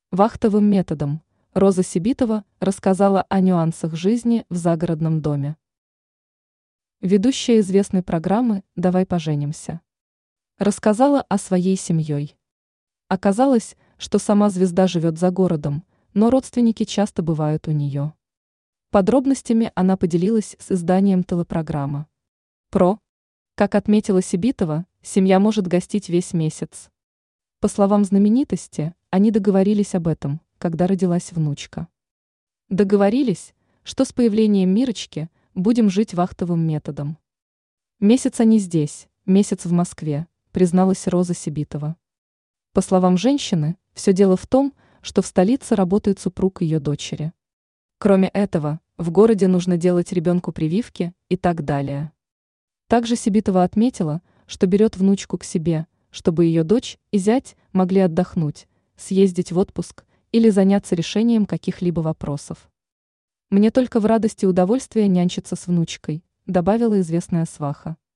Вахтовым методом Роза Сибитова рассказала о нюансах жизни в загородном доме. Ведущая известной программы «Давай поженимся» рассказала о своей семье. Оказалось, что сама звезда живет за городом, но родственники часто бывают у нее. Подробностями она поделилась с изданием телепрограмма. Как отметила Сибитова, семья может гостить весь месяц. По словам знаменитости, они договорились об этом, когда родилась внучка. Договорились, что с появлением Мирочки будем жить вахтовым методом. Месяц они здесь, месяц в Москве, призналась Роза Сибитова. По словам женщины, все дело в том, что в столице работает супруг ее дочери. Кроме этого, в городе нужно делать ребенку прививки и так далее. Также Сибитова отметила, что берет внучку к себе, чтобы ее дочь и зять могли отдохнуть, съездить в отпуск или заняться решением каких-либо вопросов. «Мне только в радости и удовольствие нянчиться с внучкой», добавила известная сваха.